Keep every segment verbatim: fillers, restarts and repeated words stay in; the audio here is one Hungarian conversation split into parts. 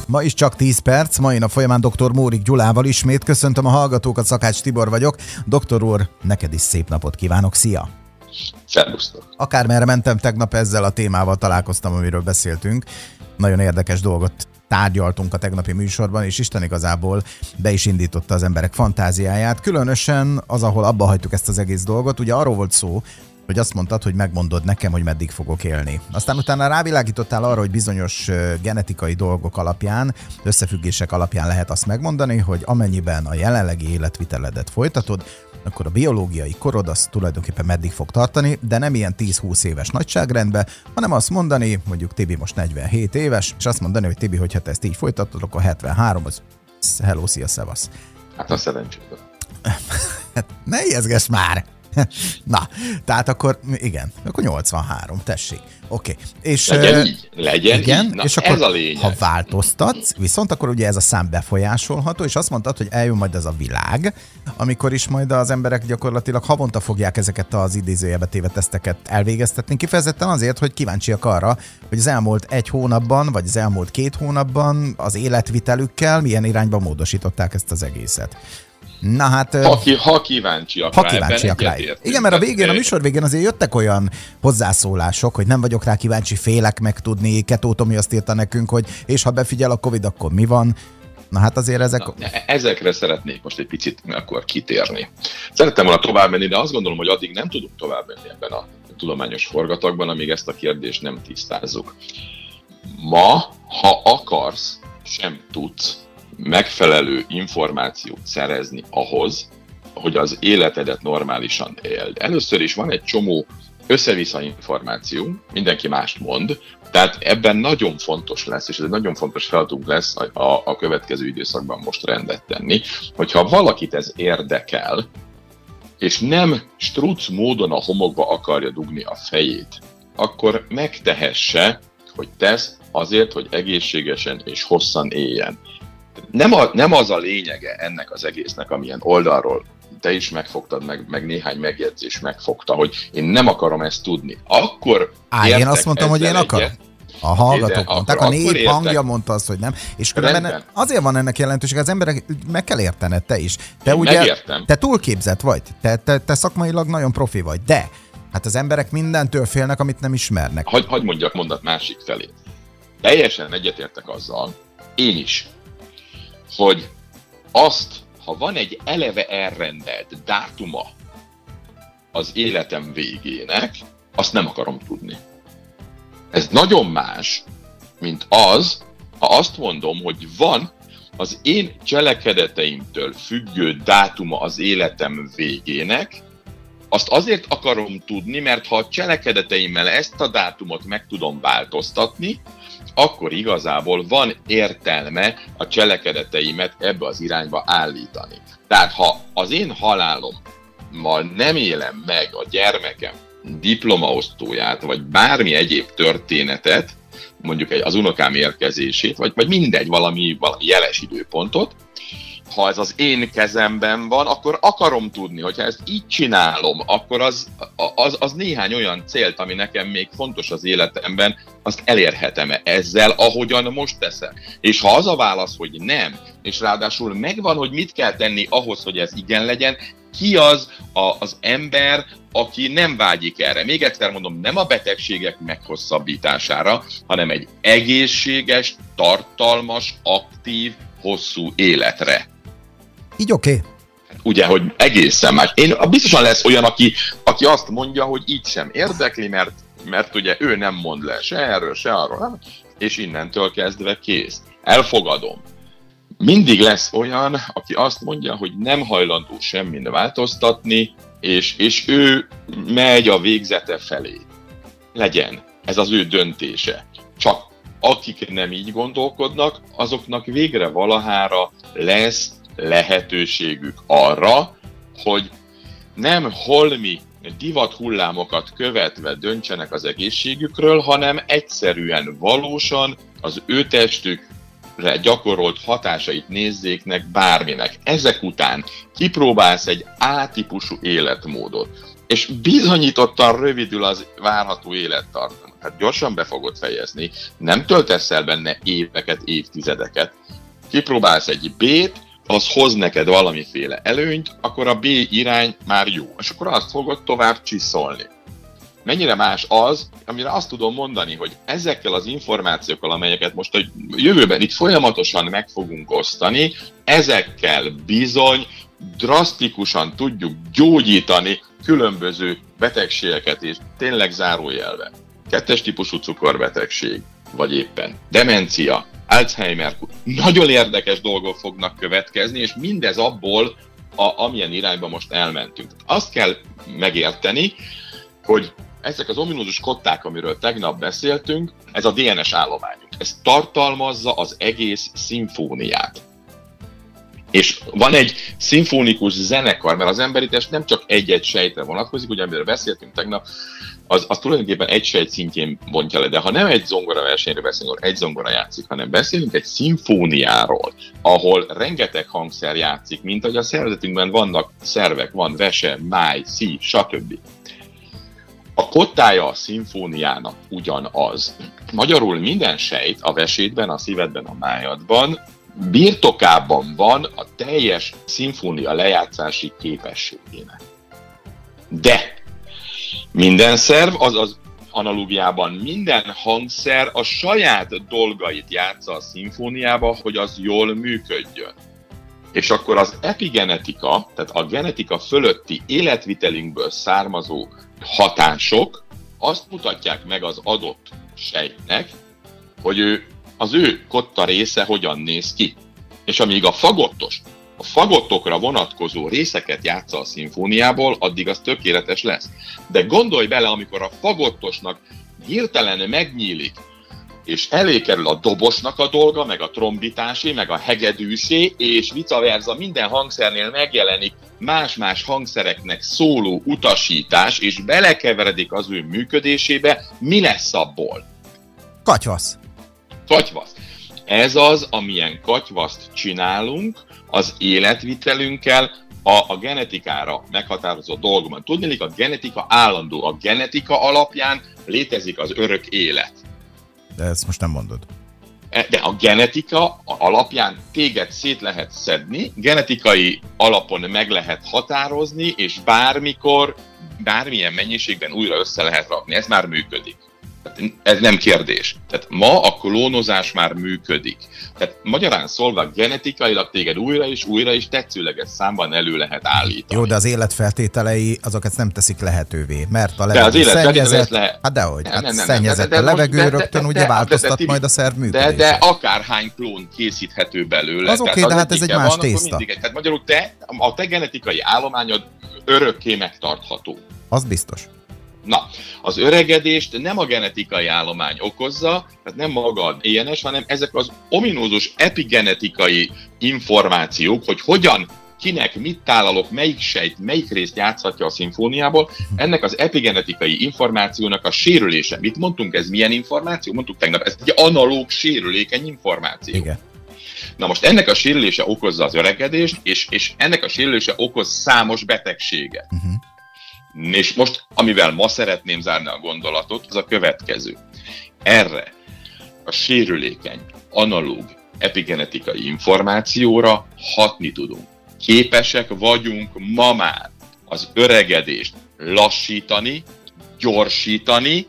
Ma is csak tíz perc, mai nap folyamán doktor Mórik Gyulával ismét. Köszöntöm a hallgatókat, Szakács Tibor vagyok. Doktor úr, neked is szép napot kívánok, szia! Szervusztok! Akármerre mentem, tegnap ezzel a témával találkoztam, amiről beszéltünk. Nagyon érdekes dolgot tárgyaltunk a tegnapi műsorban, és Isten igazából be is indította az emberek fantáziáját. Különösen az, ahol abba hagytuk ezt az egész dolgot, ugye arról volt szó, hogy azt mondtad, hogy megmondod nekem, hogy meddig fogok élni. Aztán utána rávilágítottál arra, hogy bizonyos genetikai dolgok alapján, összefüggések alapján lehet azt megmondani, hogy amennyiben a jelenlegi életviteledet folytatod, akkor a biológiai korod az tulajdonképpen meddig fog tartani, de nem ilyen tíz-húsz éves nagyságrendben, hanem azt mondani, mondjuk Tibi most negyvenhét éves, és azt mondani, hogy Tibi, hogyha te ezt így folytatod, akkor hetvenhárom, az hello, szia, szevasz. Hát a szerencsében. Hát ne ijeszgess már! Na, tehát akkor igen, akkor nyolcvanhárom, tessék. Oké. Okay. És legyen így, legyen igen, így. Na, és akkor, ez a lényeg. Ha változtatsz, viszont akkor ugye ez a szám befolyásolható, és azt mondtad, hogy eljön majd ez a világ, amikor is majd az emberek gyakorlatilag havonta fogják ezeket az idézőjelbe téve teszteket elvégeztetni, kifejezetten azért, hogy kíváncsiak arra, hogy az elmúlt egy hónapban, vagy az elmúlt két hónapban az életvitelükkel milyen irányba módosították ezt az egészet. Na hát... Ha, ki, ha kíváncsiak ha rá, kíváncsiak rá. Igen, mert a végén, a műsor végén azért jöttek olyan hozzászólások, hogy nem vagyok rá kíváncsi, félek megtudni, Ketó Tomi azt írta nekünk, hogy és ha befigyel a Covid, akkor mi van? Na hát azért ezek... Na, ezekre szeretnék most egy picit akkor kitérni. Szerettem volna tovább menni, de azt gondolom, hogy addig nem tudunk tovább menni ebben a tudományos forgatagban, amíg ezt a kérdést nem tisztázzuk. Ma, ha akarsz, sem tudsz megfelelő információt szerezni ahhoz, hogy az életedet normálisan éld. Először is van egy csomó össze-vissza információ, mindenki mást mond, tehát ebben nagyon fontos lesz, és ez egy nagyon fontos feladatunk lesz a, a, a következő időszakban most rendet tenni, hogyha valakit ez érdekel, és nem struc módon a homokba akarja dugni a fejét, akkor megtehesse, hogy tesz azért, hogy egészségesen és hosszan éljen. Nem, a, nem az a lényege ennek az egésznek, amilyen oldalról te is megfogtad, meg, meg néhány megjegyzés megfogta, hogy én nem akarom ezt tudni. Akkor Á, én azt mondtam, hogy én akarom. Egyet, a hallgatók mondták, a nép hangja mondta azt, hogy nem. És különben azért van ennek jelentőség, az emberek meg kell értened, te is. Te én ugye, megértem. Te túlképzett vagy, te, te, te szakmailag nagyon profi vagy, de hát az emberek mindentől félnek, amit nem ismernek. Hagy, hagy mondjak mondat másik felé. Teljesen egyetértek azzal, én is, hogy azt, ha van egy eleve elrendelt dátuma az életem végének, azt nem akarom tudni. Ez nagyon más, mint az, ha azt mondom, hogy van az én cselekedeteimtől függő dátuma az életem végének, azt azért akarom tudni, mert ha a cselekedeteimmel ezt a dátumot meg tudom változtatni, akkor igazából van értelme a cselekedeteimet ebbe az irányba állítani. Tehát ha az én halálommal nem élem meg a gyermekem diplomaosztóját, vagy bármi egyéb történetet, mondjuk az unokám érkezését, vagy, vagy mindegy, valami, valami jeles időpontot, ha ez az én kezemben van, akkor akarom tudni, hogyha ezt így csinálom, akkor az, az, az néhány olyan célt, ami nekem még fontos az életemben, azt elérhetem-e ezzel, ahogyan most teszem. És ha az a válasz, hogy nem, és ráadásul megvan, hogy mit kell tenni ahhoz, hogy ez igen legyen, ki az a, az ember, aki nem vágyik erre. Még egyszer mondom, nem a betegségek meghosszabbítására, hanem egy egészséges, tartalmas, aktív, hosszú életre. Így oké. Okay. Ugye, hogy egészen más. Én biztosan lesz olyan, aki, aki azt mondja, hogy így sem érdekli, mert, mert ugye ő nem mond le se erről, se arról, és innentől kezdve kész. Elfogadom. Mindig lesz olyan, aki azt mondja, hogy nem hajlandó semmin változtatni, és, és ő megy a végzete felé. Legyen. Ez az ő döntése. Csak akik nem így gondolkodnak, azoknak végre valahára lesz lehetőségük arra, hogy nem holmi divat hullámokat követve döntsenek az egészségükről, hanem egyszerűen, valósan az ő testükre gyakorolt hatásait nézzék meg bárminek. Ezek után kipróbálsz egy A-típusú életmódot, és bizonyítottan rövidül az várható élettartam. hát gyorsan be fogod fejezni, nem töltesz el benne éveket, évtizedeket, kipróbálsz egy B-t, az hoz neked valamiféle előnyt, akkor a B irány már jó, és akkor azt fogod tovább csiszolni. Mennyire más az, amire azt tudom mondani, hogy ezekkel az információkkal, amelyeket most a jövőben itt folyamatosan meg fogunk osztani, ezekkel bizony drasztikusan tudjuk gyógyítani különböző betegségeket, és tényleg zárójelben. Kettes típusú cukorbetegség, vagy éppen demencia, Alzheimer, nagyon érdekes dolgok fognak következni, és mindez abból, a, amilyen irányba most elmentünk. Azt kell megérteni, hogy ezek az ominózus kották, amiről tegnap beszéltünk, ez a dé en es állományunk. Ez tartalmazza az egész szimfóniát. És van egy szimfonikus zenekar, mert az emberi test nem csak egy-egy sejtre vonatkozik, ugye amiről beszéltünk tegnap, az, az tulajdonképpen egy sejt szintjén bontja le, de ha nem egy zongora versenyről beszélünk, akkor egy zongora játszik, hanem beszélünk egy szimfóniáról, ahol rengeteg hangszer játszik, mint hogy a szervezetünkben vannak szervek, van vese, máj, szív, stb. A kottája a szimfóniának ugyanaz. Magyarul minden sejt a vesédben, a szívedben, a májadban birtokában van a teljes szimfónia lejátszási képességének. De minden szerv, azaz analógiában minden hangszer a saját dolgait játsza a szimfóniába, hogy az jól működjön. És akkor az epigenetika, tehát a genetika fölötti életvitelünkből származó hatások azt mutatják meg az adott sejtnek, hogy ő, az ő kotta része hogyan néz ki. És amíg a fagottos, a fagottokra vonatkozó részeket játsza a szimfóniából, addig az tökéletes lesz. De gondolj bele, amikor a fagottosnak hirtelen megnyílik, és elé kerül a dobosnak a dolga, meg a trombitásé, meg a hegedűsé, és vice versa minden hangszernél megjelenik más-más hangszereknek szóló utasítás, és belekeveredik az ő működésébe, mi lesz abból? Katyvasz. Katyvasz. Ez az, amilyen katyvaszt csinálunk az életvitelünkkel, a, a genetikára meghatározott dolgokban. Tudniillik, a genetika állandó. A genetika alapján létezik az örök élet. De ezt most nem mondod. De a genetika alapján téged szét lehet szedni, genetikai alapon meg lehet határozni, és bármikor, bármilyen mennyiségben újra össze lehet rakni. Ez már működik. Ez nem kérdés. Tehát ma a klónozás már működik. Tehát magyarán szólva genetikailag téged újra és újra is tetszőleges számban elő lehet állítani. Jó, de az életfeltételei azok ezt nem teszik lehetővé, mert a levegő szennyezett, le... hát dehogy, nem, hát nem, nem, szennyezett nem, de, de, a levegő de, de, rögtön de, ugye de, változtat de, de, majd a szerv működését. De, de akárhány klón készíthető belőle. Az oké, okay, de hát ez egy más van, tészta. Mindig, tehát magyarul te, a te genetikai állományod örökké megtartható. Az biztos. Na, az öregedést nem a genetikai állomány okozza, tehát nem maga a dé en es, hanem ezek az ominózus epigenetikai információk, hogy hogyan, kinek, mit tálalok, melyik sejt, melyik részt játszhatja a szimfóniából, ennek az epigenetikai információnak a sérülése. Mit mondtunk, ez milyen információ? Mondtuk tegnap, ez egy analóg sérülékeny információ. Igen. Na most ennek a sérülése okozza az öregedést, és, és ennek a sérülése okoz számos betegséget. Uh-huh. És most, amivel ma szeretném zárni a gondolatot, az a következő. Erre a sérülékeny, analóg, epigenetikai információra hatni tudunk. Képesek vagyunk ma már az öregedést lassítani, gyorsítani,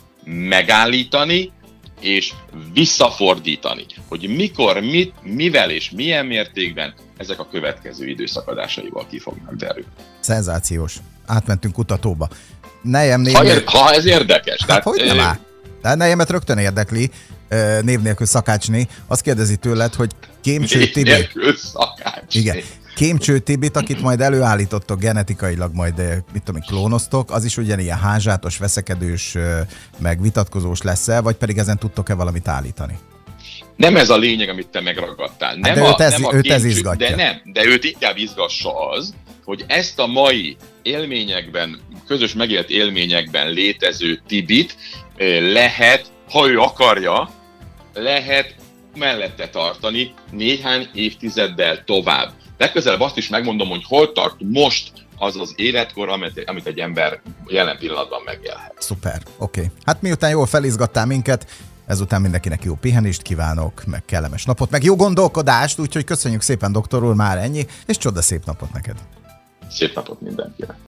megállítani és visszafordítani. Hogy mikor, mit, mivel és milyen mértékben ezek a következő időszakadásaival ki fognak derülni. Szenzációs. Átmentünk kutatóba. Nejem név... ha, ér, ha ez érdekes. Hát tehát, hogy nem áll? Tehát Nejemet rögtön érdekli, név nélkül Szakácsné. Azt kérdezi tőled, hogy Kémcső Tibi... Név nélkül Szakácsné. Igen. Kémcső Tibit, akit majd előállítottok genetikailag, majd mit tudom, klónoztok, az is ugyanilyen házsátos, veszekedős, meg vitatkozós lesz-e, vagy pedig ezen tudtok-e valamit állítani? Nem ez a lényeg, amit te megragadtál. Nem de a, őt ez, nem a őt kémcső, ez izgatja. De nem, de őt inkább izgassa az, hogy ezt a mai élményekben, közös megélt élményekben létező Tibit lehet, ha ő akarja, lehet mellette tartani néhány évtizeddel tovább. Legközelebb azt is megmondom, hogy hol tart most az az életkor, amit, amit egy ember jelen pillanatban megélhet. Szuper, oké. Okay. Hát miután jól felizgattál minket, ezután mindenkinek jó pihenést kívánok, meg kellemes napot, meg jó gondolkodást, úgyhogy köszönjük szépen, doktor úr, már ennyi, és csoda szép napot neked. Szép napot mindenkinek.